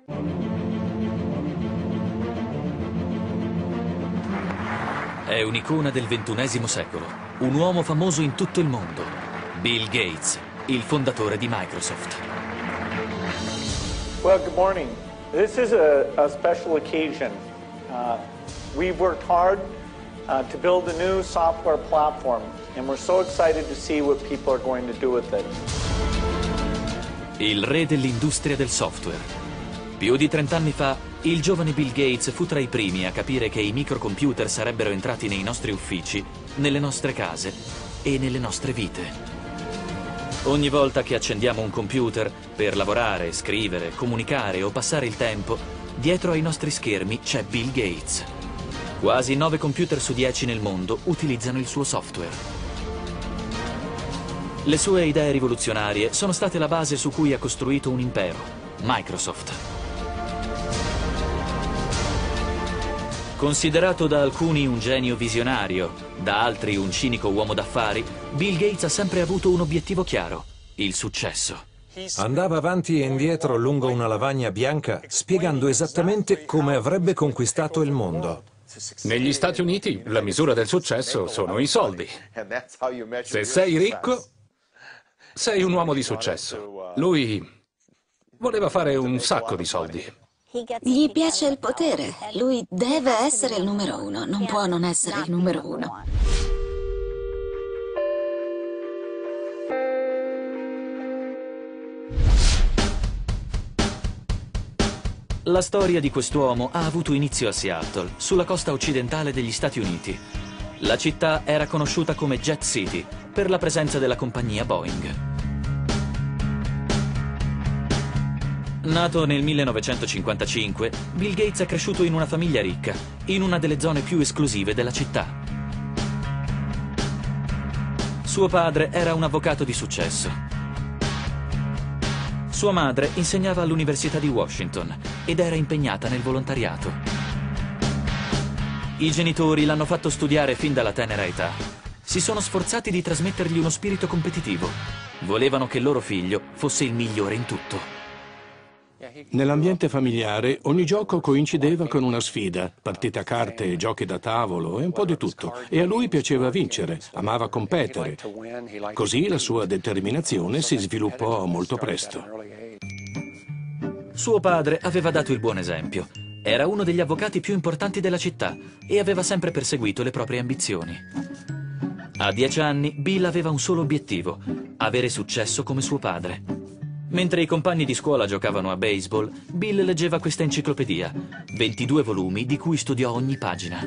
È un'icona del XXI secolo, un uomo famoso in tutto il mondo, Bill Gates, il fondatore di Microsoft. Well, good morning. This is a special occasion. We've worked hard to build a new software platform, and we're so excited to see what people are going to do with it. Il re dell'industria del software. Più di 30 anni fa, il giovane Bill Gates fu tra i primi a capire che i microcomputer sarebbero entrati nei nostri uffici, nelle nostre case e nelle nostre vite. Ogni volta che accendiamo un computer per lavorare, scrivere, comunicare o passare il tempo, dietro ai nostri schermi c'è Bill Gates. Quasi 9 computer su 10 nel mondo utilizzano il suo software. Le sue idee rivoluzionarie sono state la base su cui ha costruito un impero, Microsoft. Considerato da alcuni un genio visionario, da altri un cinico uomo d'affari, Bill Gates ha sempre avuto un obiettivo chiaro: il successo. Andava avanti e indietro lungo una lavagna bianca, spiegando esattamente come avrebbe conquistato il mondo. Negli Stati Uniti la misura del successo sono i soldi. Se sei ricco, sei un uomo di successo. Lui voleva fare un sacco di soldi. Gli piace il potere. Lui deve essere il numero uno, non può non essere il numero uno. La storia di quest'uomo ha avuto inizio a Seattle, sulla costa occidentale degli Stati Uniti. La città era conosciuta come Jet City per la presenza della compagnia Boeing. Nato nel 1955, Bill Gates è cresciuto in una famiglia ricca, in una delle zone più esclusive della città. Suo padre era un avvocato di successo. Sua madre insegnava all'Università di Washington ed era impegnata nel volontariato. I genitori l'hanno fatto studiare fin dalla tenera età. Si sono sforzati di trasmettergli uno spirito competitivo. Volevano che il loro figlio fosse il migliore in tutto. Nell'ambiente familiare ogni gioco coincideva con una sfida, partite a carte, giochi da tavolo e un po' di tutto. E a lui piaceva vincere, amava competere. Così la sua determinazione si sviluppò molto presto. Suo padre aveva dato il buon esempio. Era uno degli avvocati più importanti della città e aveva sempre perseguito le proprie ambizioni. A 10 anni Bill aveva un solo obiettivo: avere successo come suo padre. Mentre i compagni di scuola giocavano a baseball, Bill leggeva questa enciclopedia, 22 volumi di cui studiò ogni pagina.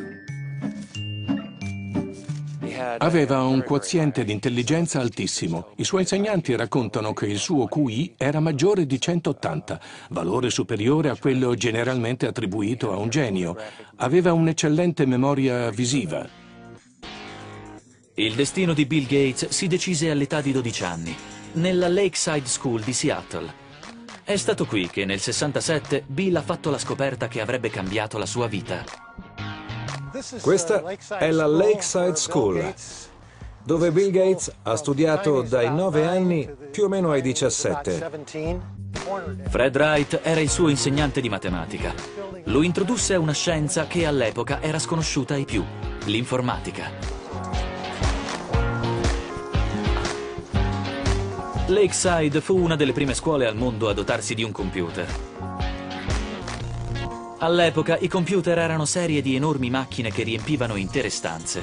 Aveva un quoziente di intelligenza altissimo. I suoi insegnanti raccontano che il suo QI era maggiore di 180, valore superiore a quello generalmente attribuito a un genio. Aveva un'eccellente memoria visiva. Il destino di Bill Gates si decise all'età di 12 anni, nella Lakeside School di Seattle. È stato qui che nel 67 Bill ha fatto la scoperta che avrebbe cambiato la sua vita. Questa è la Lakeside School, dove Bill Gates ha studiato dai 9 anni più o meno ai 17. Fred Wright era il suo insegnante di matematica. Lo introdusse a una scienza che all'epoca era sconosciuta ai più, l'informatica. Lakeside fu una delle prime scuole al mondo a dotarsi di un computer. All'epoca i computer erano serie di enormi macchine che riempivano intere stanze.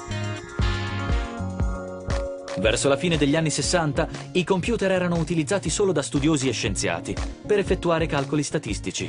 Verso la fine degli anni 60 i computer erano utilizzati solo da studiosi e scienziati per effettuare calcoli statistici.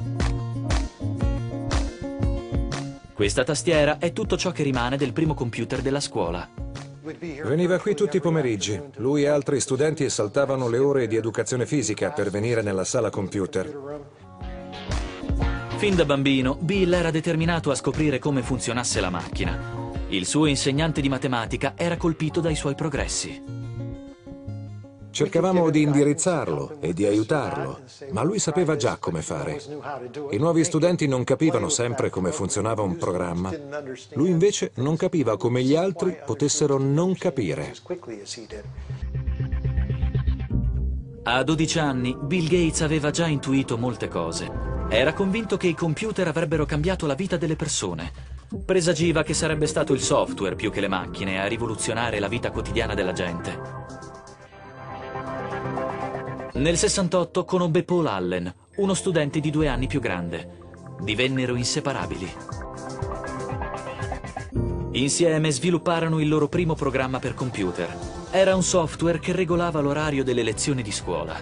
Questa tastiera è tutto ciò che rimane del primo computer della scuola. Veniva qui tutti i pomeriggi. Lui e altri studenti saltavano le ore di educazione fisica per venire nella sala computer. Fin da bambino, Bill era determinato a scoprire come funzionasse la macchina. Il suo insegnante di matematica era colpito dai suoi progressi. Cercavamo di indirizzarlo e di aiutarlo, ma lui sapeva già come fare. I nuovi studenti non capivano sempre come funzionava un programma. Lui invece non capiva come gli altri potessero non capire. A 12 anni, Bill Gates aveva già intuito molte cose. Era convinto che i computer avrebbero cambiato la vita delle persone. Presagiva che sarebbe stato il software più che le macchine a rivoluzionare la vita quotidiana della gente. Nel 68 conobbe Paul Allen, uno studente di 2 anni più grande. Divennero inseparabili. Insieme svilupparono il loro primo programma per computer. Era un software che regolava l'orario delle lezioni di scuola.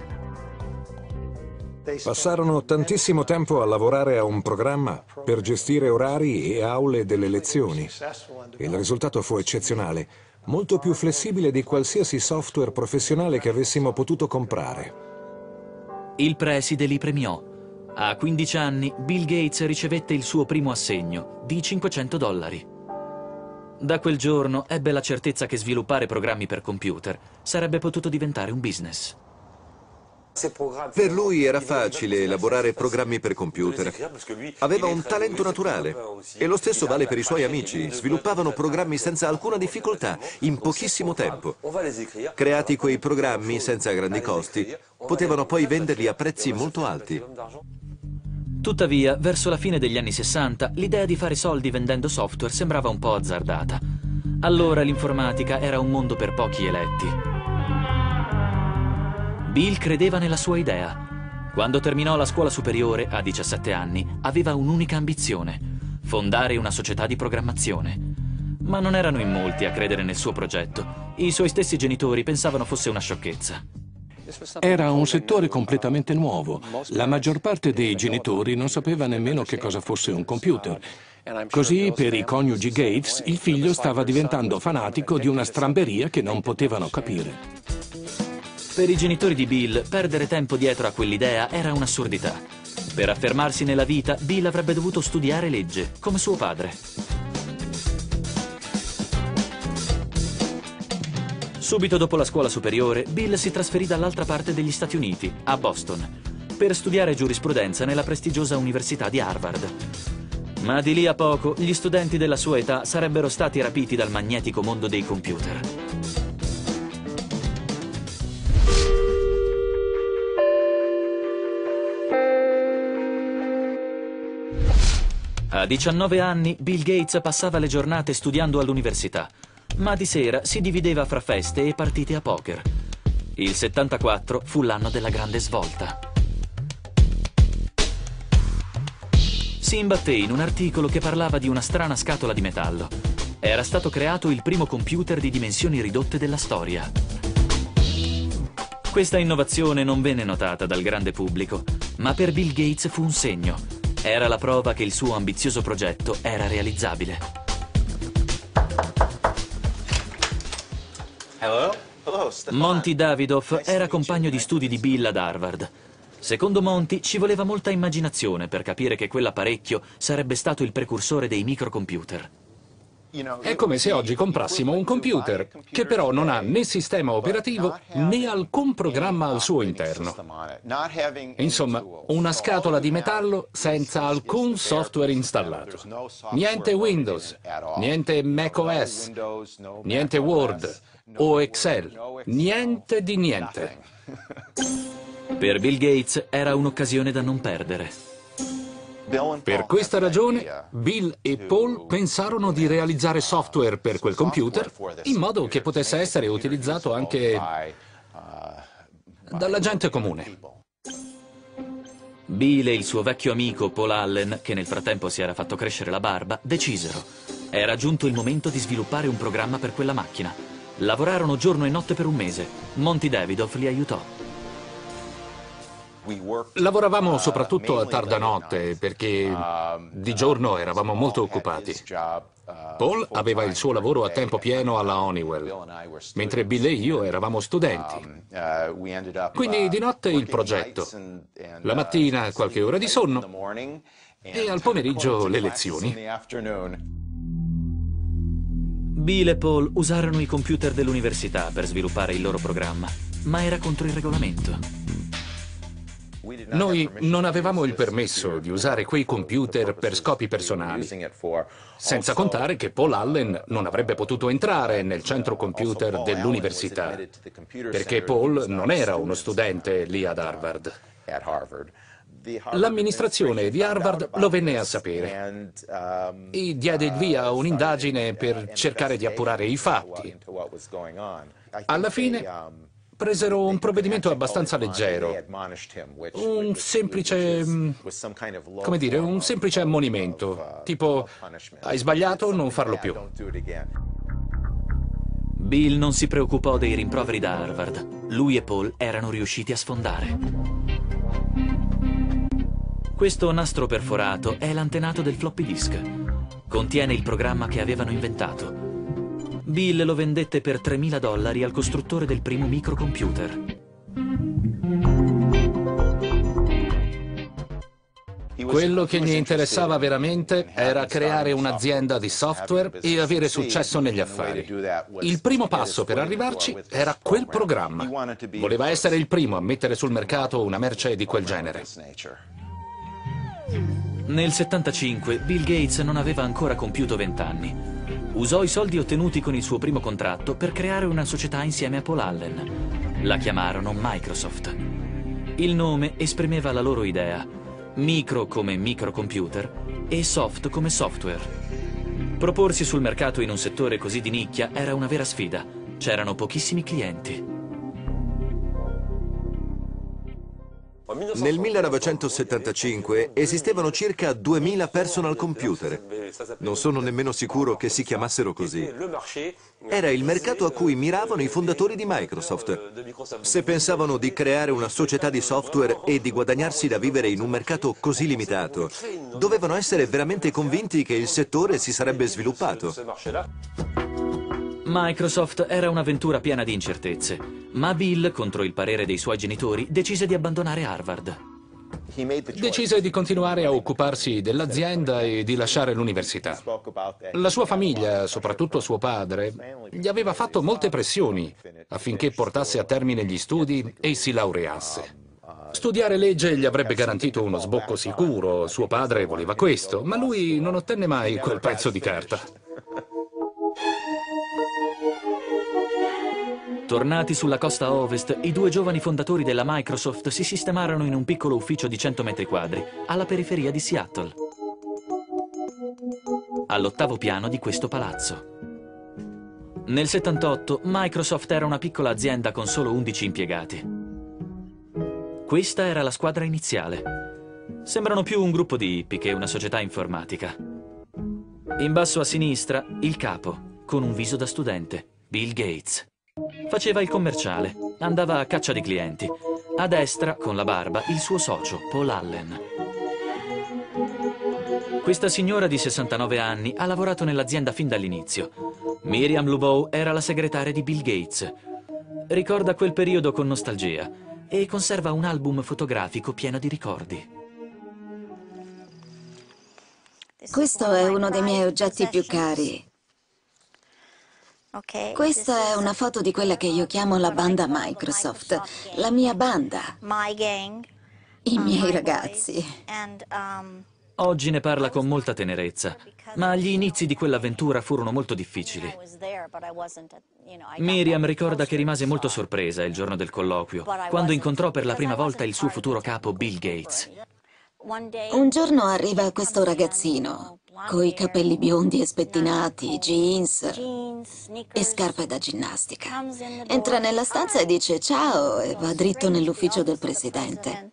Passarono tantissimo tempo a lavorare a un programma per gestire orari e aule delle lezioni. Il risultato fu eccezionale, molto più flessibile di qualsiasi software professionale che avessimo potuto comprare. Il preside li premiò. A 15 anni, Bill Gates ricevette il suo primo assegno di $500. Da quel giorno ebbe la certezza che sviluppare programmi per computer sarebbe potuto diventare un business. Per lui era facile elaborare programmi per computer. Aveva un talento naturale. E lo stesso vale per i suoi amici. Sviluppavano programmi senza alcuna difficoltà, in pochissimo tempo. Creati quei programmi senza grandi costi, potevano poi venderli a prezzi molto alti. Tuttavia, verso la fine degli anni 60, l'idea di fare soldi vendendo software sembrava un po' azzardata. Allora l'informatica era un mondo per pochi eletti. Bill credeva nella sua idea. Quando terminò la scuola superiore, a 17 anni, aveva un'unica ambizione: fondare una società di programmazione. Ma non erano in molti a credere nel suo progetto. I suoi stessi genitori pensavano fosse una sciocchezza. Era un settore completamente nuovo. La maggior parte dei genitori non sapeva nemmeno che cosa fosse un computer. Così, per i coniugi Gates, il figlio stava diventando fanatico di una stramberia che non potevano capire. Per i genitori di Bill, perdere tempo dietro a quell'idea era un'assurdità. Per affermarsi nella vita, Bill avrebbe dovuto studiare legge, come suo padre. Subito dopo la scuola superiore, Bill si trasferì dall'altra parte degli Stati Uniti, a Boston, per studiare giurisprudenza nella prestigiosa Università di Harvard. Ma di lì a poco, gli studenti della sua età sarebbero stati rapiti dal magnetico mondo dei computer. A 19 anni, Bill Gates passava le giornate studiando all'università, ma di sera si divideva fra feste e partite a poker. Il 74 fu l'anno della grande svolta. Si imbatté in un articolo che parlava di una strana scatola di metallo. Era stato creato il primo computer di dimensioni ridotte della storia. Questa innovazione non venne notata dal grande pubblico, ma per Bill Gates fu un segno. Era la prova che il suo ambizioso progetto era realizzabile. Monty Davidoff era compagno di studi di Bill ad Harvard. Secondo Monty ci voleva molta immaginazione per capire che quell'apparecchio sarebbe stato il precursore dei microcomputer. È come se oggi comprassimo un computer, che però non ha né sistema operativo né alcun programma al suo interno. Insomma, una scatola di metallo senza alcun software installato. Niente Windows, niente macOS, niente Word o Excel, niente di niente. Per Bill Gates era un'occasione da non perdere. Per questa ragione, Bill e Paul pensarono di realizzare software per quel computer in modo che potesse essere utilizzato anche dalla gente comune. Bill e il suo vecchio amico Paul Allen, che nel frattempo si era fatto crescere la barba, decisero. Era giunto il momento di sviluppare un programma per quella macchina. Lavorarono giorno e notte per un mese. Monty Davidoff li aiutò. Lavoravamo soprattutto a tarda notte perché di giorno eravamo molto occupati. Paul aveva il suo lavoro a tempo pieno alla Honeywell, mentre Bill e io eravamo studenti. Quindi di notte il progetto, la mattina qualche ora di sonno e al pomeriggio le lezioni. Bill e Paul usarono i computer dell'università per sviluppare il loro programma, ma era contro il regolamento. Noi non avevamo il permesso di usare quei computer per scopi personali, senza contare che Paul Allen non avrebbe potuto entrare nel centro computer dell'università, perché Paul non era uno studente lì ad Harvard. L'amministrazione di Harvard lo venne a sapere e diede il via a un'indagine per cercare di appurare i fatti. Alla fine presero un provvedimento abbastanza leggero, un semplice, come dire, un semplice ammonimento, tipo hai sbagliato, non farlo più. Bill non si preoccupò dei rimproveri da Harvard. Lui e Paul erano riusciti a sfondare. Questo nastro perforato è l'antenato del floppy disk. Contiene il programma che avevano inventato. Bill lo vendette per $3.000 al costruttore del primo microcomputer. Quello che gli interessava veramente era creare un'azienda di software e avere successo negli affari. Il primo passo per arrivarci era quel programma. Voleva essere il primo a mettere sul mercato una merce di quel genere. Nel 75 Bill Gates non aveva ancora compiuto 20 anni. Usò i soldi ottenuti con il suo primo contratto per creare una società insieme a Paul Allen. La chiamarono Microsoft. Il nome esprimeva la loro idea: micro come microcomputer e soft come software. Proporsi sul mercato in un settore così di nicchia era una vera sfida. C'erano pochissimi clienti. Nel 1975 esistevano circa 2000 personal computer. Non sono nemmeno sicuro che si chiamassero così. Era il mercato a cui miravano i fondatori di Microsoft. Se pensavano di creare una società di software e di guadagnarsi da vivere in un mercato così limitato, dovevano essere veramente convinti che il settore si sarebbe sviluppato. Microsoft era un'avventura piena di incertezze, ma Bill, contro il parere dei suoi genitori, decise di abbandonare Harvard. Decise di continuare a occuparsi dell'azienda e di lasciare l'università. La sua famiglia, soprattutto suo padre, gli aveva fatto molte pressioni affinché portasse a termine gli studi e si laureasse. Studiare legge gli avrebbe garantito uno sbocco sicuro, suo padre voleva questo, ma lui non ottenne mai quel pezzo di carta. Tornati sulla costa ovest, i due giovani fondatori della Microsoft si sistemarono in un piccolo ufficio di 100 metri quadri, alla periferia di Seattle, all'8º piano di questo palazzo. Nel 78 Microsoft era una piccola azienda con solo 11 impiegati. Questa era la squadra iniziale. Sembrano più un gruppo di hippie che una società informatica. In basso a sinistra, il capo, con un viso da studente, Bill Gates. Faceva il commerciale, andava a caccia di clienti. A destra, con la barba, il suo socio, Paul Allen. Questa signora di 69 anni ha lavorato nell'azienda fin dall'inizio. Miriam Lubow era la segretaria di Bill Gates. Ricorda quel periodo con nostalgia e conserva un album fotografico pieno di ricordi. Questo è uno dei miei oggetti più cari. Questa è una foto di quella che io chiamo la banda Microsoft, la mia banda, i miei ragazzi. Oggi ne parla con molta tenerezza, ma gli inizi di quell'avventura furono molto difficili. Miriam ricorda che rimase molto sorpresa il giorno del colloquio, quando incontrò per la prima volta il suo futuro capo Bill Gates. Un giorno arriva questo ragazzino, coi capelli biondi e spettinati, jeans e scarpe da ginnastica. Entra nella stanza e dice ciao e va dritto nell'ufficio del presidente.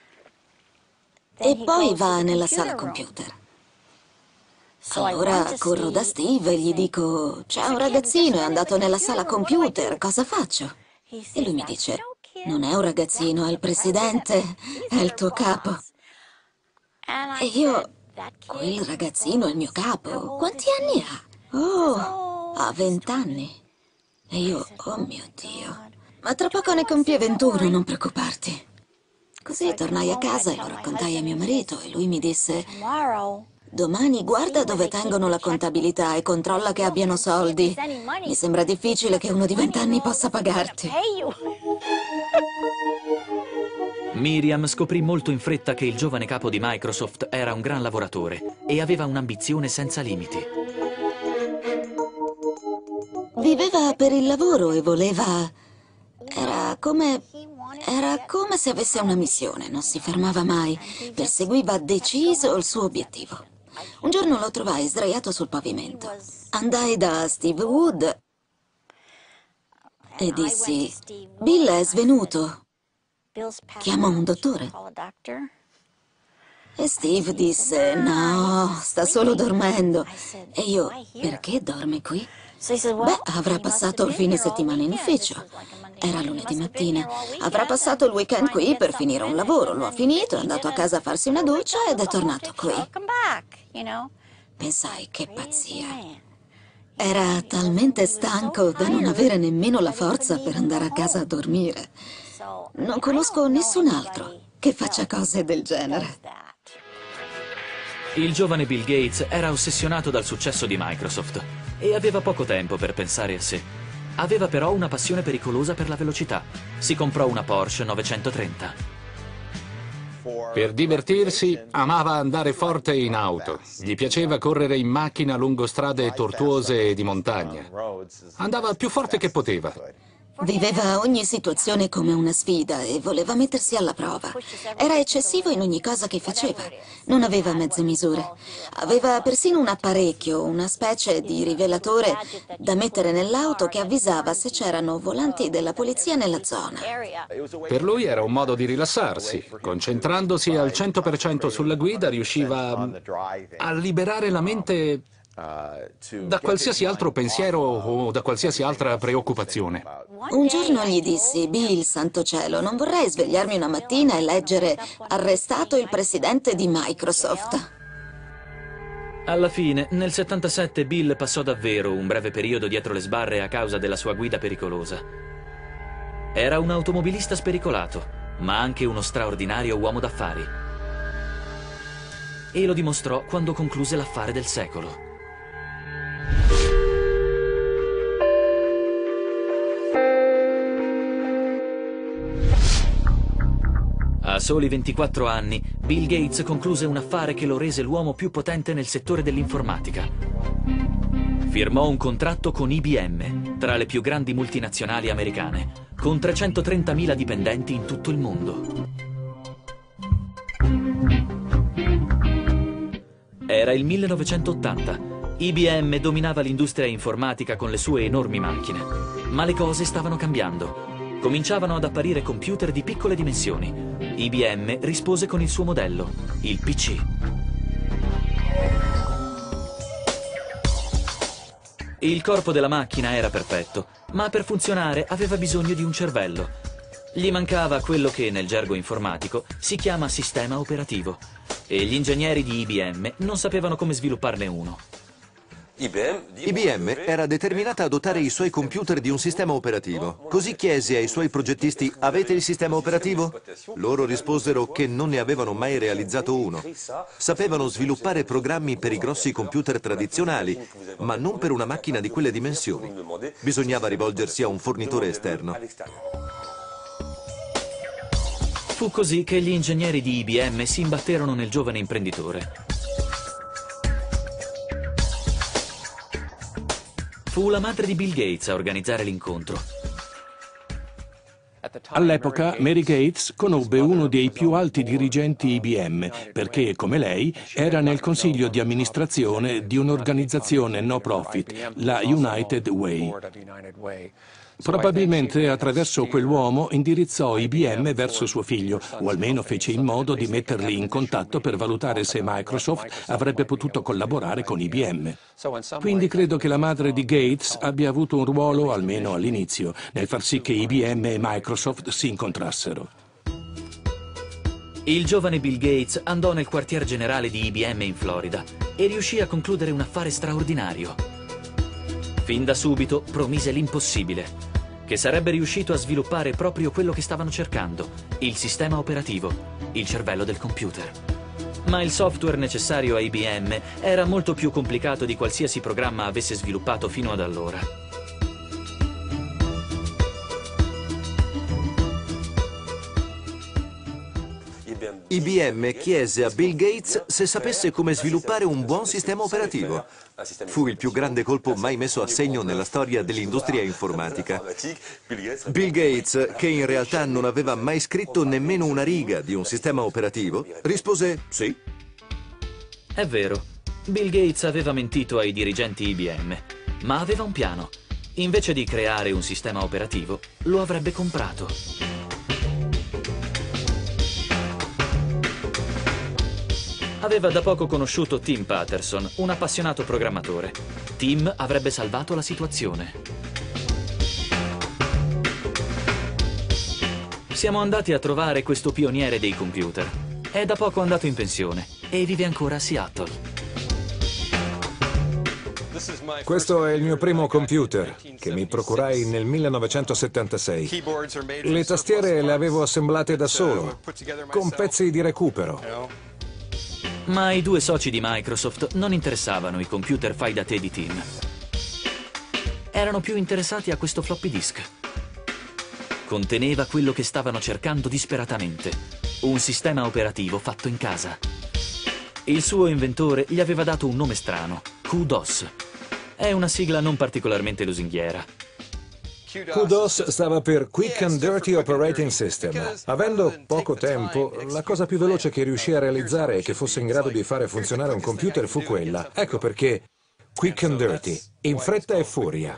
E poi va nella sala computer. Allora corro da Steve e gli dico c'è un ragazzino, è andato nella sala computer, cosa faccio? E lui mi dice non è un ragazzino, è il presidente, è il tuo capo. E io, quel ragazzino è il mio capo. Quanti anni ha? Oh, ha 20 anni. E io, oh mio Dio. Ma tra poco ne compie 21, non preoccuparti. Così tornai a casa e lo raccontai a mio marito e lui mi disse domani guarda dove tengono la contabilità e controlla che abbiano soldi. Mi sembra difficile che uno di 20 anni possa pagarti. Miriam scoprì molto in fretta che il giovane capo di Microsoft era un gran lavoratore e aveva un'ambizione senza limiti. Viveva per il lavoro e voleva... Era come se avesse una missione, non si fermava mai, perseguiva deciso il suo obiettivo. Un giorno lo trovai sdraiato sul pavimento. Andai da Steve Wood e dissi: Bill è svenuto. Chiamo un dottore. E Steve disse: no, sta solo dormendo. E io: perché dorme qui? Beh, avrà passato il fine settimana in ufficio. Era lunedì mattina. Avrà passato il weekend qui per finire un lavoro. Lo ha finito, è andato a casa a farsi una doccia ed è tornato qui. Pensai: che pazzia. Era talmente stanco da non avere nemmeno la forza per andare a casa a dormire. Non conosco nessun altro che faccia cose del genere. Il giovane Bill Gates era ossessionato dal successo di Microsoft e aveva poco tempo per pensare a sé. Aveva però una passione pericolosa per la velocità. Si comprò una Porsche 930. Per divertirsi, amava andare forte in auto. Gli piaceva correre in macchina lungo strade tortuose e di montagna. Andava più forte che poteva. Viveva ogni situazione come una sfida e voleva mettersi alla prova. Era eccessivo in ogni cosa che faceva. Non aveva mezze misure. Aveva persino un apparecchio, una specie di rivelatore da mettere nell'auto che avvisava se c'erano volanti della polizia nella zona. Per lui era un modo di rilassarsi. Concentrandosi al 100% sulla guida, riusciva a liberare la mente da qualsiasi altro pensiero o da qualsiasi altra preoccupazione. Un giorno gli dissi: Bill, santo cielo, non vorrei svegliarmi una mattina e leggere arrestato il presidente di Microsoft. Alla fine, nel 77, Bill passò davvero un breve periodo dietro le sbarre a causa della sua guida pericolosa. Era un automobilista spericolato, ma anche uno straordinario uomo d'affari. E lo dimostrò quando concluse l'affare del secolo. A soli 24 anni, Bill Gates concluse un affare che lo rese l'uomo più potente nel settore dell'informatica. Firmò un contratto con IBM, tra le più grandi multinazionali americane, con 330.000 dipendenti in tutto il mondo. Era il 1980. IBM dominava l'industria informatica con le sue enormi macchine. Ma le cose stavano cambiando. Cominciavano ad apparire computer di piccole dimensioni. IBM rispose con il suo modello, il PC. Il corpo della macchina era perfetto, ma per funzionare aveva bisogno di un cervello. Gli mancava quello che nel gergo informatico si chiama sistema operativo, e gli ingegneri di IBM non sapevano come svilupparne uno. IBM era determinata a dotare i suoi computer di un sistema operativo. Così chiese ai suoi progettisti: avete il sistema operativo? Loro risposero che non ne avevano mai realizzato uno. Sapevano sviluppare programmi per i grossi computer tradizionali, ma non per una macchina di quelle dimensioni. Bisognava rivolgersi a un fornitore esterno. Fu così che gli ingegneri di IBM si imbatterono nel giovane imprenditore. Fu la madre di Bill Gates a organizzare l'incontro. All'epoca Mary Gates conobbe uno dei più alti dirigenti IBM perché, come lei, era nel consiglio di amministrazione di un'organizzazione no profit, la United Way. Probabilmente attraverso quell'uomo indirizzò IBM verso suo figlio, o almeno fece in modo di metterli in contatto per valutare se Microsoft avrebbe potuto collaborare con IBM. Quindi credo che la madre di Gates abbia avuto un ruolo, almeno all'inizio, nel far sì che IBM e Microsoft si incontrassero. Il giovane Bill Gates andò nel quartier generale di IBM in Florida e riuscì a concludere un affare straordinario. Fin da subito promise l'impossibile, che sarebbe riuscito a sviluppare proprio quello che stavano cercando, il sistema operativo, il cervello del computer. Ma il software necessario a IBM era molto più complicato di qualsiasi programma avesse sviluppato fino ad allora. IBM chiese a Bill Gates se sapesse come sviluppare un buon sistema operativo. Fu il più grande colpo mai messo a segno nella storia dell'industria informatica. Bill Gates, che in realtà non aveva mai scritto nemmeno una riga di un sistema operativo, rispose sì. È vero, Bill Gates aveva mentito ai dirigenti IBM, ma aveva un piano. Invece di creare un sistema operativo, lo avrebbe comprato. Aveva da poco conosciuto Tim Paterson, un appassionato programmatore. Tim avrebbe salvato la situazione. Siamo andati a trovare questo pioniere dei computer. È da poco andato in pensione e vive ancora a Seattle. Questo è il mio primo computer, che mi procurai nel 1976. Le tastiere le avevo assemblate da solo, con pezzi di recupero. Ma i due soci di Microsoft non interessavano i computer fai da te di Tim. Erano più interessati a questo floppy disk. Conteneva quello che stavano cercando disperatamente, un sistema operativo fatto in casa. Il suo inventore gli aveva dato un nome strano, QDOS. È una sigla non particolarmente lusinghiera. QDOS stava per Quick and Dirty Operating System. Avendo poco tempo, la cosa più veloce che riuscì a realizzare e che fosse in grado di fare funzionare un computer fu quella. Ecco perché Quick and Dirty, in fretta e furia.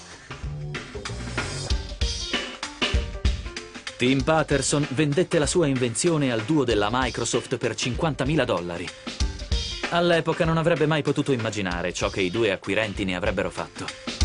Tim Paterson vendette la sua invenzione al duo della Microsoft per $50.000. All'epoca non avrebbe mai potuto immaginare ciò che i due acquirenti ne avrebbero fatto.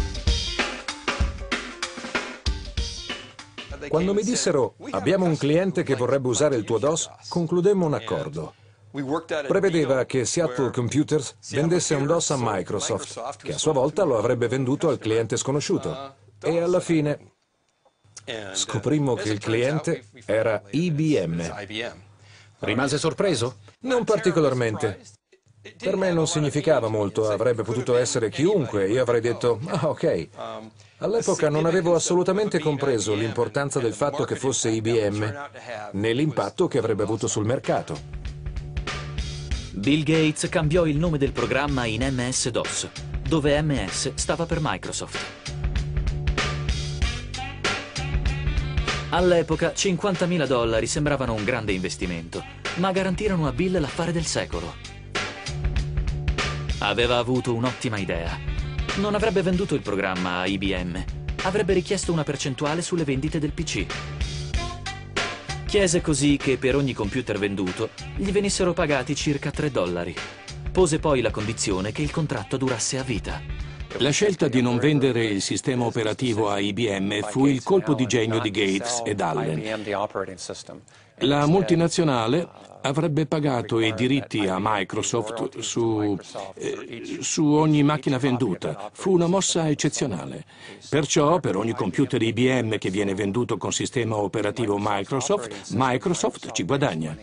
Quando mi dissero abbiamo un cliente che vorrebbe usare il tuo DOS, concludemmo un accordo. Prevedeva che Seattle Computers vendesse un DOS a Microsoft, che a sua volta lo avrebbe venduto al cliente sconosciuto. E alla fine scoprimmo che il cliente era IBM. Rimase sorpreso? Non particolarmente. Per me non significava molto, avrebbe potuto essere chiunque, io avrei detto, ah ok. All'epoca non avevo assolutamente compreso l'importanza del fatto che fosse IBM, né l'impatto che avrebbe avuto sul mercato. Bill Gates cambiò il nome del programma in MS-DOS, dove MS stava per Microsoft. All'epoca $50.000 sembravano un grande investimento, ma garantirono a Bill l'affare del secolo. Aveva avuto un'ottima idea. Non avrebbe venduto il programma a IBM, avrebbe richiesto una percentuale sulle vendite del PC. Chiese così che per ogni computer venduto gli venissero pagati circa $3. Pose poi la condizione che il contratto durasse a vita. La scelta di non vendere il sistema operativo a IBM fu il colpo di genio di Gates ed Allen. La multinazionale avrebbe pagato i diritti a Microsoft su ogni macchina venduta. Fu una mossa eccezionale. Perciò, per ogni computer IBM che viene venduto con sistema operativo Microsoft ci guadagna.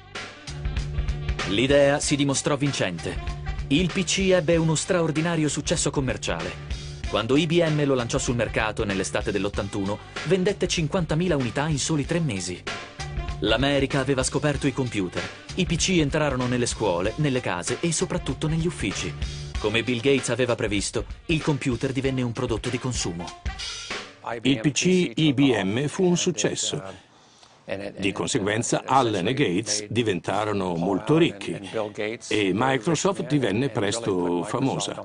L'idea si dimostrò vincente. Il PC ebbe uno straordinario successo commerciale. Quando IBM lo lanciò sul mercato nell'estate dell'81, vendette 50.000 unità in soli 3 mesi. L'America aveva scoperto i computer. I PC entrarono nelle scuole, nelle case e soprattutto negli uffici. Come Bill Gates aveva previsto, il computer divenne un prodotto di consumo. Il PC IBM fu un successo. Di conseguenza Allen e Gates diventarono molto ricchi e Microsoft divenne presto famosa.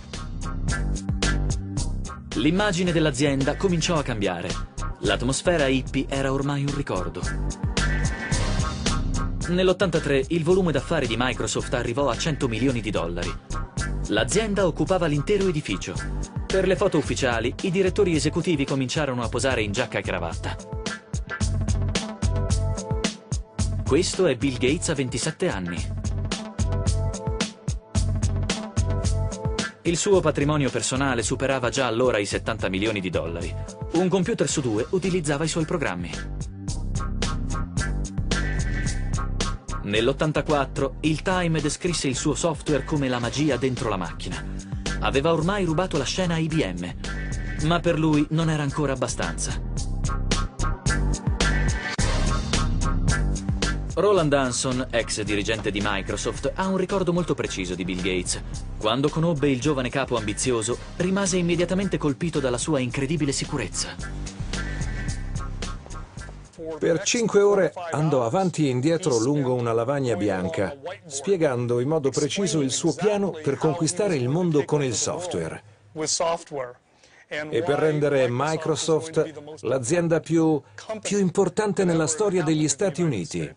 L'immagine dell'azienda cominciò a cambiare. L'atmosfera hippie era ormai un ricordo. Nell'83 il volume d'affari di Microsoft arrivò a $100 milioni. L'azienda occupava l'intero edificio. Per le foto ufficiali, i direttori esecutivi cominciarono a posare in giacca e cravatta. Questo è Bill Gates a 27 anni. Il suo patrimonio personale superava già allora i $70 milioni. Un computer su 2 utilizzava i suoi programmi. Nell'84 il Time descrisse il suo software come la magia dentro la macchina. Aveva ormai rubato la scena a IBM, ma per lui non era ancora abbastanza. Roland Hanson, ex dirigente di Microsoft, ha un ricordo molto preciso di Bill Gates. Quando conobbe il giovane capo ambizioso, rimase immediatamente colpito dalla sua incredibile sicurezza. Per 5 ore andò avanti e indietro lungo una lavagna bianca, spiegando in modo preciso il suo piano per conquistare il mondo con il software e per rendere Microsoft l'azienda più importante nella storia degli Stati Uniti.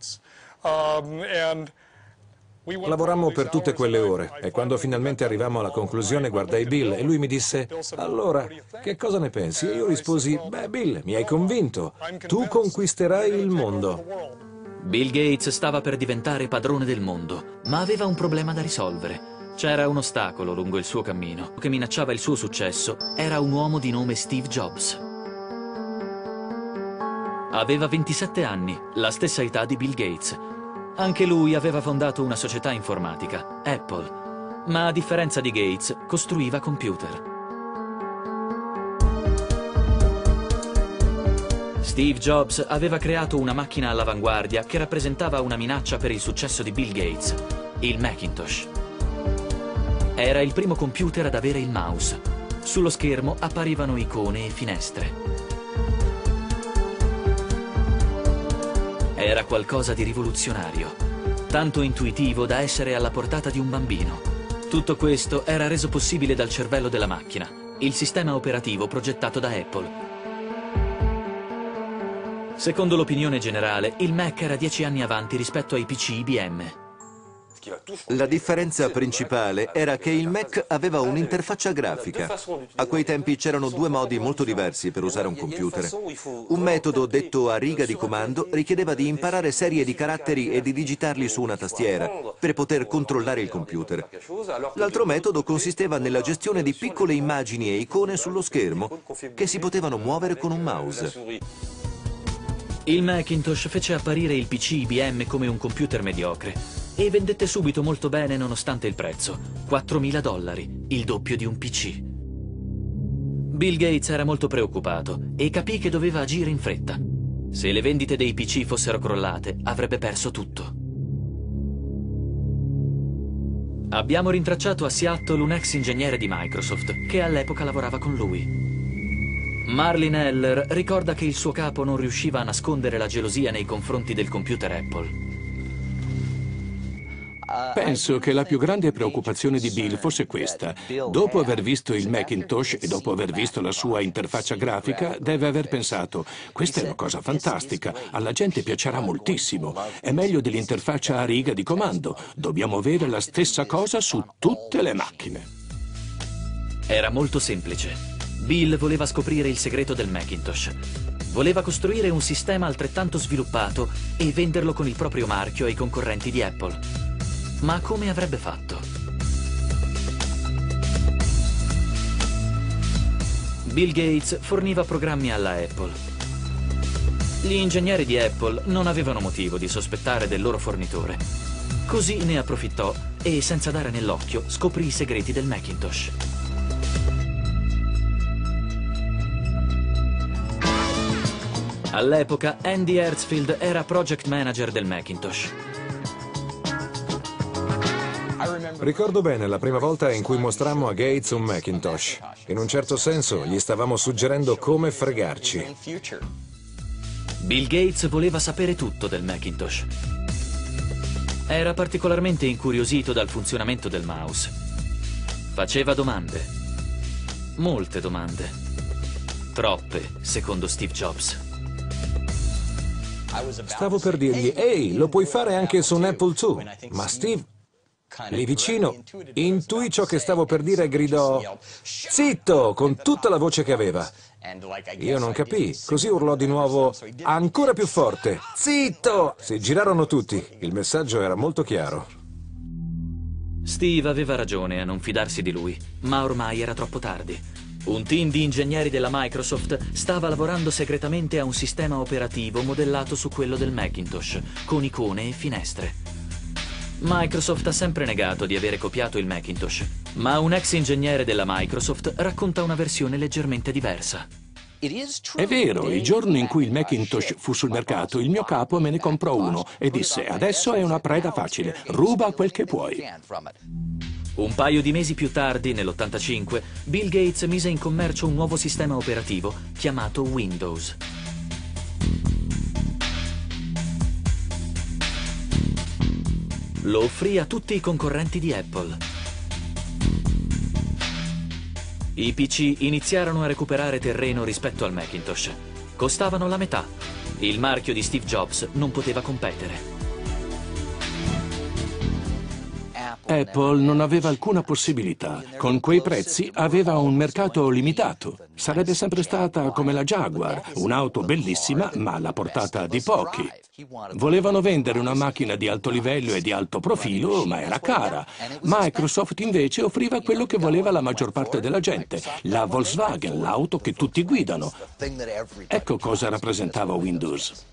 Lavorammo per tutte quelle ore e quando finalmente arrivammo alla conclusione guardai Bill e lui mi disse: allora, che cosa ne pensi? E io risposi: beh, Bill, mi hai convinto, tu conquisterai il mondo. Bill Gates stava per diventare padrone del mondo, ma aveva un problema da risolvere. C'era un ostacolo lungo il suo cammino che minacciava il suo successo. Era un uomo di nome Steve Jobs. Aveva 27 anni, la stessa età di Bill Gates. Anche lui aveva fondato una società informatica, Apple, ma a differenza di Gates, costruiva computer. Steve Jobs aveva creato una macchina all'avanguardia che rappresentava una minaccia per il successo di Bill Gates, il Macintosh. Era il primo computer ad avere il mouse. Sullo schermo apparivano icone e finestre. Era qualcosa di rivoluzionario, tanto intuitivo da essere alla portata di un bambino. Tutto questo era reso possibile dal cervello della macchina, il sistema operativo progettato da Apple. Secondo l'opinione generale, il Mac era 10 anni avanti rispetto ai PC IBM. La differenza principale era che il Mac aveva un'interfaccia grafica. A quei tempi c'erano due modi molto diversi per usare un computer. Un metodo detto a riga di comando richiedeva di imparare serie di caratteri e di digitarli su una tastiera per poter controllare il computer. L'altro metodo consisteva nella gestione di piccole immagini e icone sullo schermo che si potevano muovere con un mouse. Il Macintosh fece apparire il PC IBM come un computer mediocre e vendette subito molto bene nonostante il prezzo, $4.000, il doppio di un PC. Bill Gates era molto preoccupato e capì che doveva agire in fretta. Se le vendite dei PC fossero crollate, avrebbe perso tutto. Abbiamo rintracciato a Seattle un ex ingegnere di Microsoft che all'epoca lavorava con lui. Marlin Heller ricorda che il suo capo non riusciva a nascondere la gelosia nei confronti del computer Apple. Penso che la più grande preoccupazione di Bill fosse questa. Dopo aver visto il Macintosh e dopo aver visto la sua interfaccia grafica, deve aver pensato: questa è una cosa fantastica, alla gente piacerà moltissimo, è meglio dell'interfaccia a riga di comando, dobbiamo avere la stessa cosa su tutte le macchine. Era molto semplice. Bill voleva scoprire il segreto del Macintosh. Voleva costruire un sistema altrettanto sviluppato e venderlo con il proprio marchio ai concorrenti di Apple. Ma come avrebbe fatto? Bill Gates forniva programmi alla Apple. Gli ingegneri di Apple non avevano motivo di sospettare del loro fornitore. Così ne approfittò e, senza dare nell'occhio, scoprì i segreti del Macintosh. All'epoca, Andy Hertzfeld era project manager del Macintosh. Ricordo bene la prima volta in cui mostrammo a Gates un Macintosh. In un certo senso gli stavamo suggerendo come fregarci. Bill Gates voleva sapere tutto del Macintosh. Era particolarmente incuriosito dal funzionamento del mouse. Faceva domande. Molte domande. Troppe, secondo Steve Jobs. Stavo per dirgli: ehi, lo puoi fare anche su un Apple II. Ma Steve, lì vicino, intuì ciò che stavo per dire e gridò: zitto, con tutta la voce che aveva. Io non capii, così urlò di nuovo ancora più forte: zitto! Si girarono tutti, il messaggio era molto chiaro. Steve aveva ragione a non fidarsi di lui, ma ormai era troppo tardi. Un team di ingegneri della Microsoft stava lavorando segretamente a un sistema operativo modellato su quello del Macintosh, con icone e finestre. Microsoft ha sempre negato di avere copiato il Macintosh, ma un ex ingegnere della Microsoft racconta una versione leggermente diversa. È vero, il giorno in cui il Macintosh fu sul mercato, il mio capo me ne comprò uno e disse: adesso è una preda facile, ruba quel che puoi. Un paio di mesi più tardi, nell'85, Bill Gates mise in commercio un nuovo sistema operativo chiamato Windows. Lo offrì a tutti i concorrenti di Apple. I PC iniziarono a recuperare terreno rispetto al Macintosh. Costavano la metà. Il marchio di Steve Jobs non poteva competere. Apple non aveva alcuna possibilità. Con quei prezzi aveva un mercato limitato. Sarebbe sempre stata come la Jaguar, un'auto bellissima ma alla portata di pochi. Volevano vendere una macchina di alto livello e di alto profilo, ma era cara. Microsoft invece offriva quello che voleva la maggior parte della gente, la Volkswagen, l'auto che tutti guidano. Ecco cosa rappresentava Windows.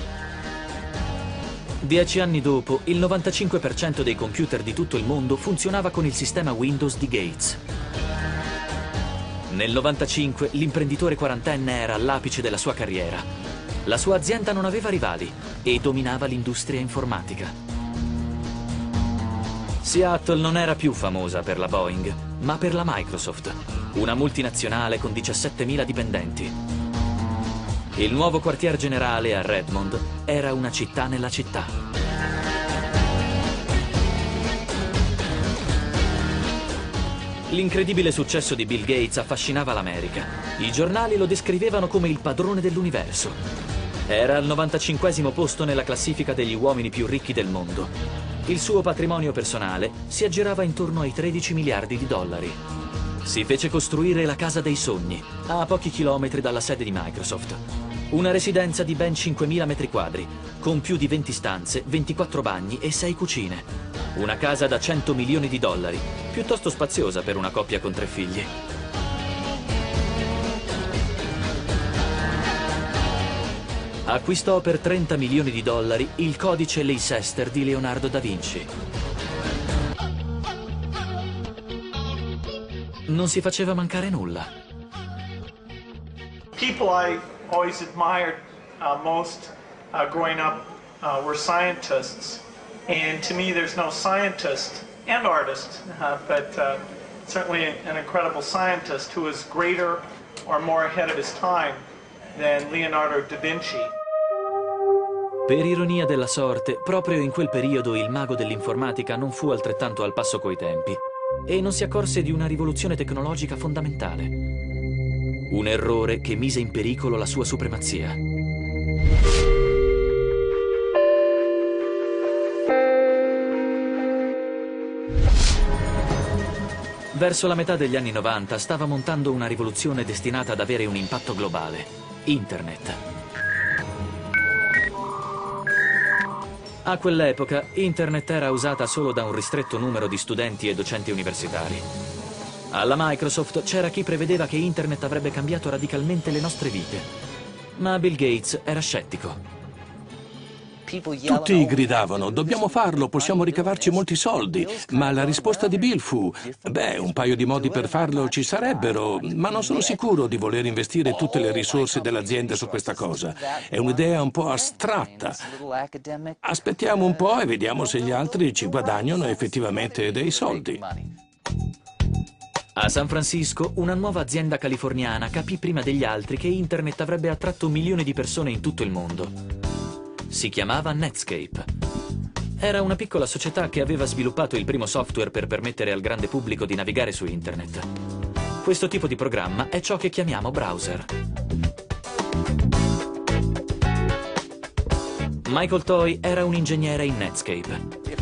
10 anni dopo, il 95% dei computer di tutto il mondo funzionava con il sistema Windows di Gates. Nel 95 l'imprenditore quarantenne era all'apice della sua carriera. La sua azienda non aveva rivali e dominava l'industria informatica. Seattle non era più famosa per la Boeing, ma per la Microsoft, una multinazionale con 17.000 dipendenti. Il nuovo quartier generale a Redmond era una città nella città. L'incredibile successo di Bill Gates affascinava l'America. I giornali lo descrivevano come il padrone dell'universo. Era al 95° posto nella classifica degli uomini più ricchi del mondo. Il suo patrimonio personale si aggirava intorno ai 13 miliardi di dollari. Si fece costruire la Casa dei Sogni, a pochi chilometri dalla sede di Microsoft. Una residenza di ben 5.000 metri quadri, con più di 20 stanze, 24 bagni e 6 cucine. Una casa da 100 milioni di dollari, piuttosto spaziosa per una coppia con 3 figli. Acquistò per 30 milioni di dollari il codice Leicester di Leonardo da Vinci. Non si faceva mancare nulla. People I always admired most growing up were scientists. And to me, there's no scientist and artist, but certainly an incredible scientist who is greater or more ahead of his time than Leonardo da Vinci. Per ironia della sorte, proprio in quel periodo il mago dell'informatica non fu altrettanto al passo coi tempi e non si accorse di una rivoluzione tecnologica fondamentale. Un errore che mise in pericolo la sua supremazia. Verso la metà degli anni 90 stava montando una rivoluzione destinata ad avere un impatto globale: Internet. A quell'epoca, Internet era usata solo da un ristretto numero di studenti e docenti universitari. Alla Microsoft c'era chi prevedeva che Internet avrebbe cambiato radicalmente le nostre vite. Ma Bill Gates era scettico. Tutti gridavano: dobbiamo farlo, possiamo ricavarci molti soldi. Ma la risposta di Bill fu: beh, un paio di modi per farlo ci sarebbero, ma non sono sicuro di voler investire tutte le risorse dell'azienda su questa cosa. È un'idea un po' astratta. Aspettiamo un po' e vediamo se gli altri ci guadagnano effettivamente dei soldi. A San Francisco, una nuova azienda californiana capì prima degli altri che Internet avrebbe attratto milioni di persone in tutto il mondo. Si chiamava Netscape. Era una piccola società che aveva sviluppato il primo software per permettere al grande pubblico di navigare su Internet. Questo tipo di programma è ciò che chiamiamo browser. Michael Toy era un ingegnere in Netscape.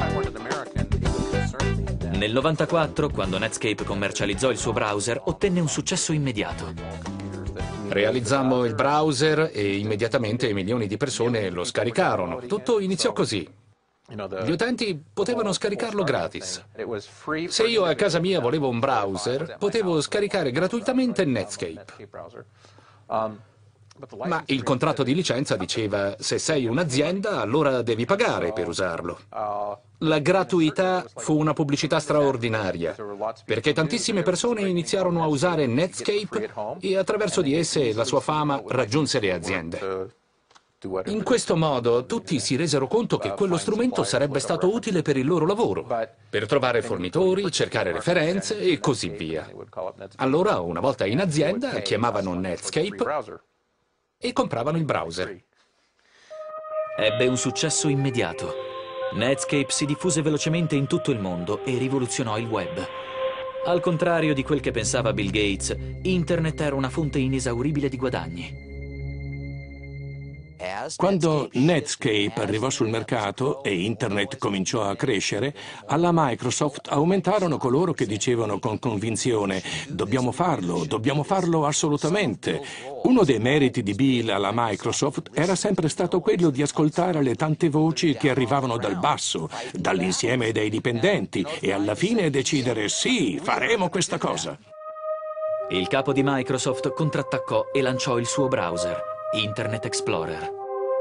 Nel 94, quando Netscape commercializzò il suo browser, ottenne un successo immediato. Realizzammo il browser e immediatamente milioni di persone lo scaricarono. Tutto iniziò così. Gli utenti potevano scaricarlo gratis. Se io a casa mia volevo un browser, potevo scaricare gratuitamente Netscape. Ma il contratto di licenza diceva: se sei un'azienda, allora devi pagare per usarlo. La gratuità fu una pubblicità straordinaria, perché tantissime persone iniziarono a usare Netscape e attraverso di esse la sua fama raggiunse le aziende. In questo modo tutti si resero conto che quello strumento sarebbe stato utile per il loro lavoro, per trovare fornitori, cercare referenze e così via. Allora, una volta in azienda, chiamavano Netscape e compravano il browser. Ebbe un successo immediato. Netscape si diffuse velocemente in tutto il mondo e rivoluzionò il web. Al contrario di quel che pensava Bill Gates, Internet era una fonte inesauribile di guadagni. Quando Netscape arrivò sul mercato e Internet cominciò a crescere, alla Microsoft aumentarono coloro che dicevano con convinzione: dobbiamo farlo assolutamente. Uno dei meriti di Bill alla Microsoft era sempre stato quello di ascoltare le tante voci che arrivavano dal basso, dall'insieme dei dipendenti, e alla fine decidere: sì, faremo questa cosa. Il capo di Microsoft contrattaccò e lanciò il suo browser, Internet Explorer.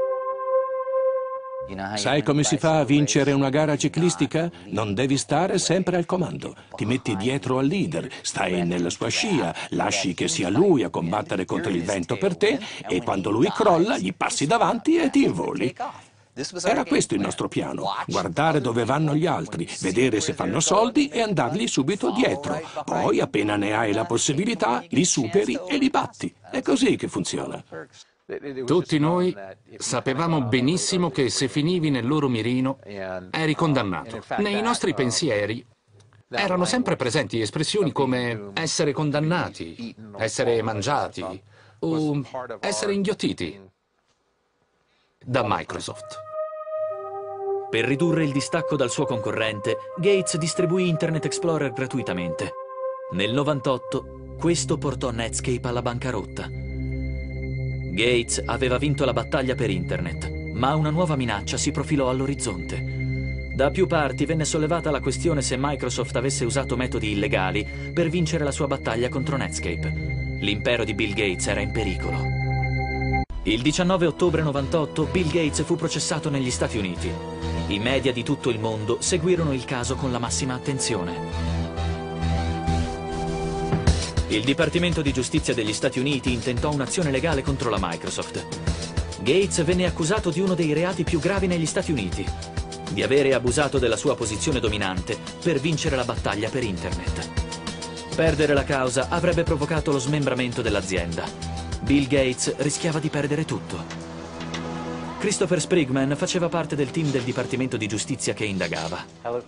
Sai come si fa a vincere una gara ciclistica? Non devi stare sempre al comando. Ti metti dietro al leader, stai nella sua scia, lasci che sia lui a combattere contro il vento per te e quando lui crolla gli passi davanti e ti involi. Era questo il nostro piano: guardare dove vanno gli altri, vedere se fanno soldi e andargli subito dietro. Poi, appena ne hai la possibilità, li superi e li batti. È così che funziona. Tutti noi sapevamo benissimo che se finivi nel loro mirino eri condannato. Nei nostri pensieri erano sempre presenti espressioni come essere condannati, essere mangiati o essere inghiottiti da Microsoft. Per ridurre il distacco dal suo concorrente, Gates distribuì Internet Explorer gratuitamente. Nel 98, questo portò Netscape alla bancarotta. Gates aveva vinto la battaglia per Internet, ma una nuova minaccia si profilò all'orizzonte. Da più parti venne sollevata la questione se Microsoft avesse usato metodi illegali per vincere la sua battaglia contro Netscape. L'impero di Bill Gates era in pericolo. Il 19 ottobre 98 Bill Gates fu processato negli Stati Uniti. I media di tutto il mondo seguirono il caso con la massima attenzione. Il Dipartimento di Giustizia degli Stati Uniti intentò un'azione legale contro la Microsoft. Gates venne accusato di uno dei reati più gravi negli Stati Uniti: di avere abusato della sua posizione dominante per vincere la battaglia per Internet. Perdere la causa avrebbe provocato lo smembramento dell'azienda. Bill Gates rischiava di perdere tutto. Christopher Sprigman faceva parte del team del Dipartimento di Giustizia che indagava.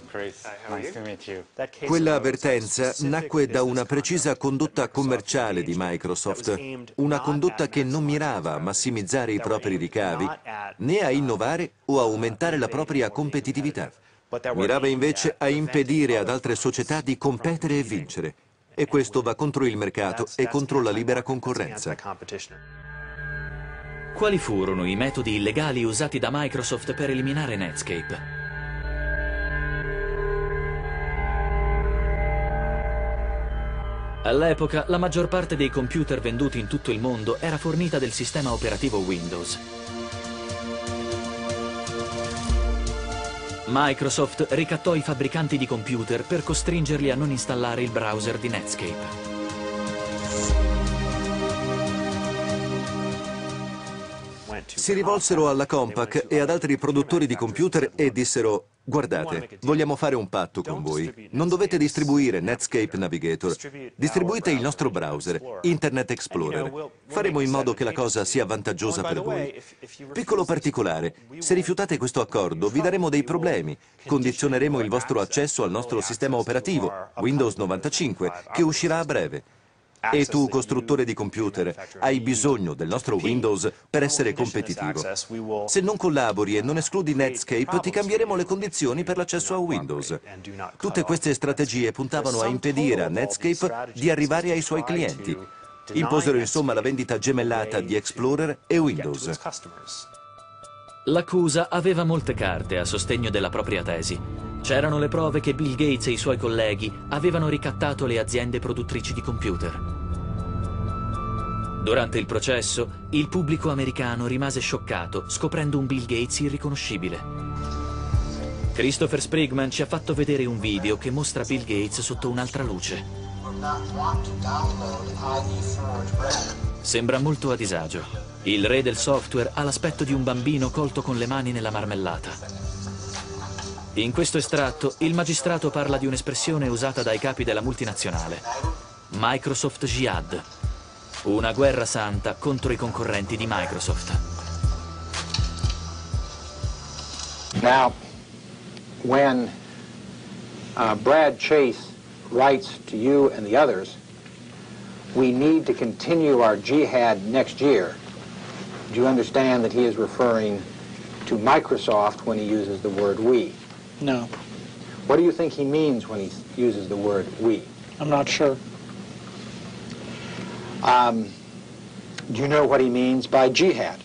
Quella avvertenza nacque da una precisa condotta commerciale di Microsoft, una condotta che non mirava a massimizzare i propri ricavi, né a innovare o aumentare la propria competitività. Mirava invece a impedire ad altre società di competere e vincere. E questo va contro il mercato e contro la libera concorrenza. Quali furono i metodi illegali usati da Microsoft per eliminare Netscape? All'epoca, la maggior parte dei computer venduti in tutto il mondo era fornita del sistema operativo Windows. Microsoft ricattò i fabbricanti di computer per costringerli a non installare il browser di Netscape. Si rivolsero alla Compaq e ad altri produttori di computer e dissero: guardate, vogliamo fare un patto con voi. Non dovete distribuire Netscape Navigator. Distribuite il nostro browser, Internet Explorer. Faremo in modo che la cosa sia vantaggiosa per voi. Piccolo particolare, se rifiutate questo accordo vi daremo dei problemi. Condizioneremo il vostro accesso al nostro sistema operativo, Windows 95, che uscirà a breve. E tu, costruttore di computer, hai bisogno del nostro Windows per essere competitivo. Se non collabori e non escludi Netscape, ti cambieremo le condizioni per l'accesso a Windows. Tutte queste strategie puntavano a impedire a Netscape di arrivare ai suoi clienti. Imposero insomma la vendita gemellata di Explorer e Windows. L'accusa aveva molte carte a sostegno della propria tesi. C'erano le prove che Bill Gates e i suoi colleghi avevano ricattato le aziende produttrici di computer. Durante il processo, il pubblico americano rimase scioccato scoprendo un Bill Gates irriconoscibile. Christopher Sprigman ci ha fatto vedere un video che mostra Bill Gates sotto un'altra luce. Sembra molto a disagio. Il re del software ha l'aspetto di un bambino colto con le mani nella marmellata. In questo estratto, il magistrato parla di un'espressione usata dai capi della multinazionale. Microsoft Jihad. Una guerra santa contro i concorrenti di Microsoft. Now, when Brad Chase writes to you and the others, we need to continue our jihad next year, do you understand that he is referring to Microsoft when he uses the word we? No. What do you think he means when he uses the word we? I'm not sure. Do you know what he means by jihad?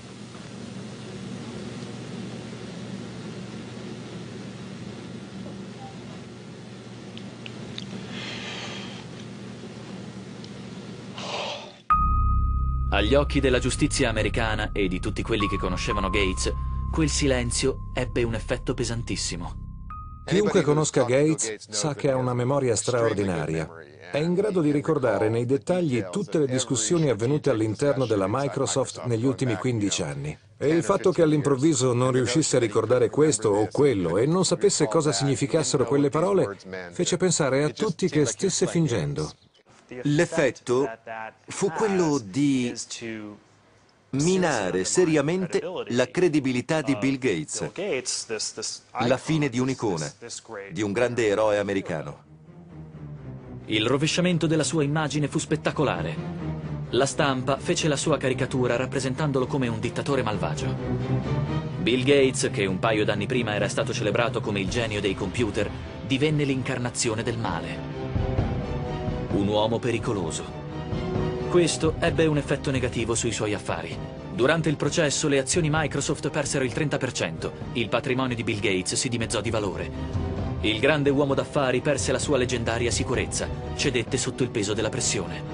Agli occhi della giustizia americana e di tutti quelli che conoscevano Gates, quel silenzio ebbe un effetto pesantissimo. Chiunque conosca Gates sa che ha una memoria straordinaria. È in grado di ricordare nei dettagli tutte le discussioni avvenute all'interno della Microsoft negli ultimi 15 anni. E il fatto che all'improvviso non riuscisse a ricordare questo o quello e non sapesse cosa significassero quelle parole, fece pensare a tutti che stesse fingendo. L'effetto fu quello di minare seriamente la credibilità di Bill Gates, la fine di un'icona, di un grande eroe americano. Il rovesciamento della sua immagine fu spettacolare. La stampa fece la sua caricatura rappresentandolo come un dittatore malvagio. Bill Gates, che un paio d'anni prima era stato celebrato come il genio dei computer, divenne l'incarnazione del male. Un uomo pericoloso. Questo ebbe un effetto negativo sui suoi affari. Durante il processo le azioni Microsoft persero il 30%, il patrimonio di Bill Gates si dimezzò di valore. Il grande uomo d'affari perse la sua leggendaria sicurezza, cedette sotto il peso della pressione.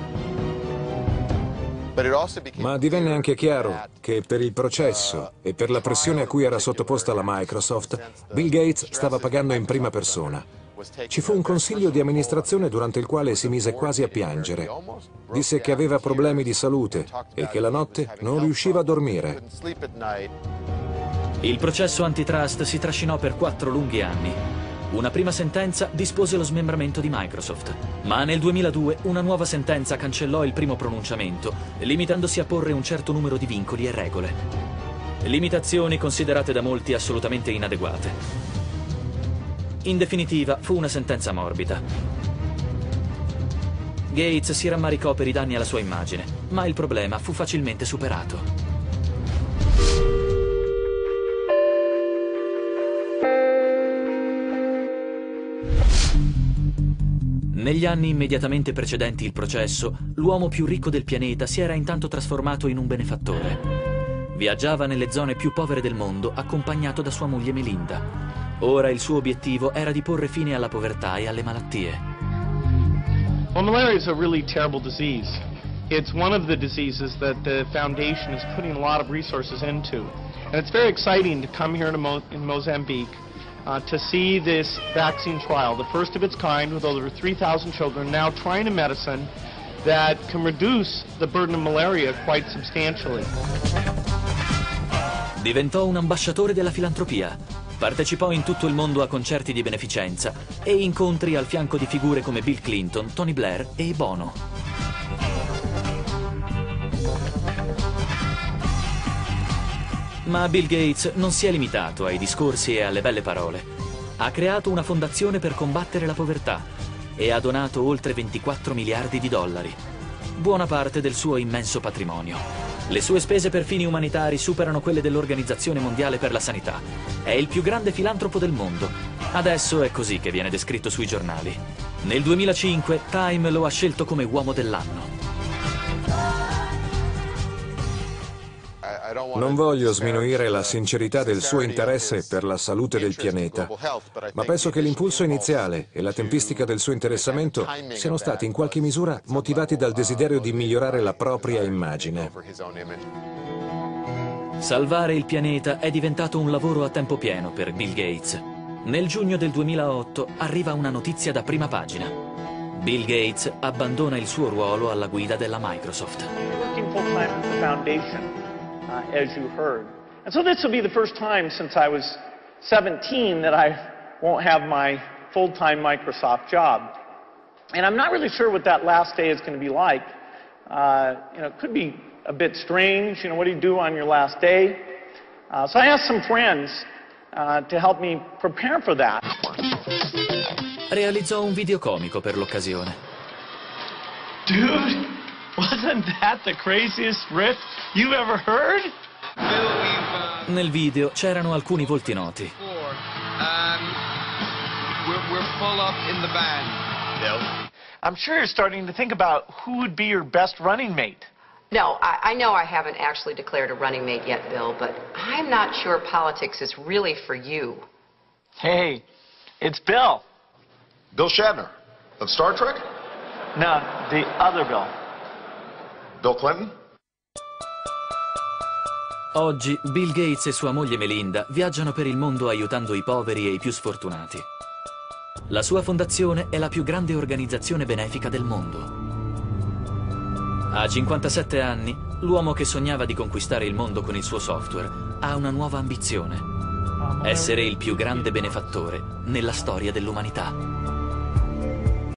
Ma divenne anche chiaro che per il processo e per la pressione a cui era sottoposta la Microsoft, Bill Gates stava pagando in prima persona. Ci fu un consiglio di amministrazione durante il quale si mise quasi a piangere. Disse che aveva problemi di salute e che la notte non riusciva a dormire. Il processo antitrust si trascinò per 4 lunghi anni. Una prima sentenza dispose lo smembramento di Microsoft, ma nel 2002 una nuova sentenza cancellò il primo pronunciamento, limitandosi a porre un certo numero di vincoli e regole. Limitazioni considerate da molti assolutamente inadeguate. In definitiva, fu una sentenza morbida. Gates si rammaricò per i danni alla sua immagine, ma il problema fu facilmente superato. Negli anni immediatamente precedenti il processo, l'uomo più ricco del pianeta si era intanto trasformato in un benefattore. Viaggiava nelle zone più povere del mondo accompagnato da sua moglie Melinda. Ora il suo obiettivo era di porre fine alla povertà e alle malattie. Well, malaria is a really terrible disease. It's one of the diseases that the foundation is putting a lot of resources into. And it's very exciting to come here in Mozambique to see this vaccine trial, the first of its kind, with over 3,000 children now trying a medicine that can reduce the burden of malaria quite substantially. Diventò un ambasciatore della filantropia. Partecipò in tutto il mondo a concerti di beneficenza e incontri al fianco di figure come Bill Clinton, Tony Blair e Bono. Ma Bill Gates non si è limitato ai discorsi e alle belle parole. Ha creato una fondazione per combattere la povertà e ha donato oltre 24 miliardi di dollari, buona parte del suo immenso patrimonio. Le sue spese per fini umanitari superano quelle dell'Organizzazione Mondiale per la Sanità. È il più grande filantropo del mondo. Adesso è così che viene descritto sui giornali. Nel 2005 Time lo ha scelto come uomo dell'anno. Non voglio sminuire la sincerità del suo interesse per la salute del pianeta, ma penso che l'impulso iniziale e la tempistica del suo interessamento siano stati in qualche misura motivati dal desiderio di migliorare la propria immagine. Salvare il pianeta è diventato un lavoro a tempo pieno per Bill Gates. Nel giugno del 2008 arriva una notizia da prima pagina. Bill Gates abbandona il suo ruolo alla guida della Microsoft. Working full-time at the foundation, as you heard. And so this will be the first time since I was 17 that I won't have my full-time Microsoft job. And I'm not really sure what that last day is going to be like. It could be a bit strange. What do you do on your last day? So I asked some friends to help me prepare for that. Realizzò un videocomico per l'occasione. Dude, wasn't that the craziest riff you've ever heard? Nel video c'erano alcuni volti noti. We're full up in the band. No. I'm sure you're starting to think about who would be your best running mate. No, I know I haven't actually declared a running mate yet, Bill, but I'm not sure politics is really for you. Hey, it's Bill. Bill Shatner of Star Trek? No, the other Bill. Bill Clinton? Oggi Bill Gates e sua moglie Melinda viaggiano per il mondo aiutando i poveri e i più sfortunati. La sua fondazione è la più grande organizzazione benefica del mondo. A 57 anni, l'uomo che sognava di conquistare il mondo con il suo software ha una nuova ambizione: essere il più grande benefattore nella storia dell'umanità.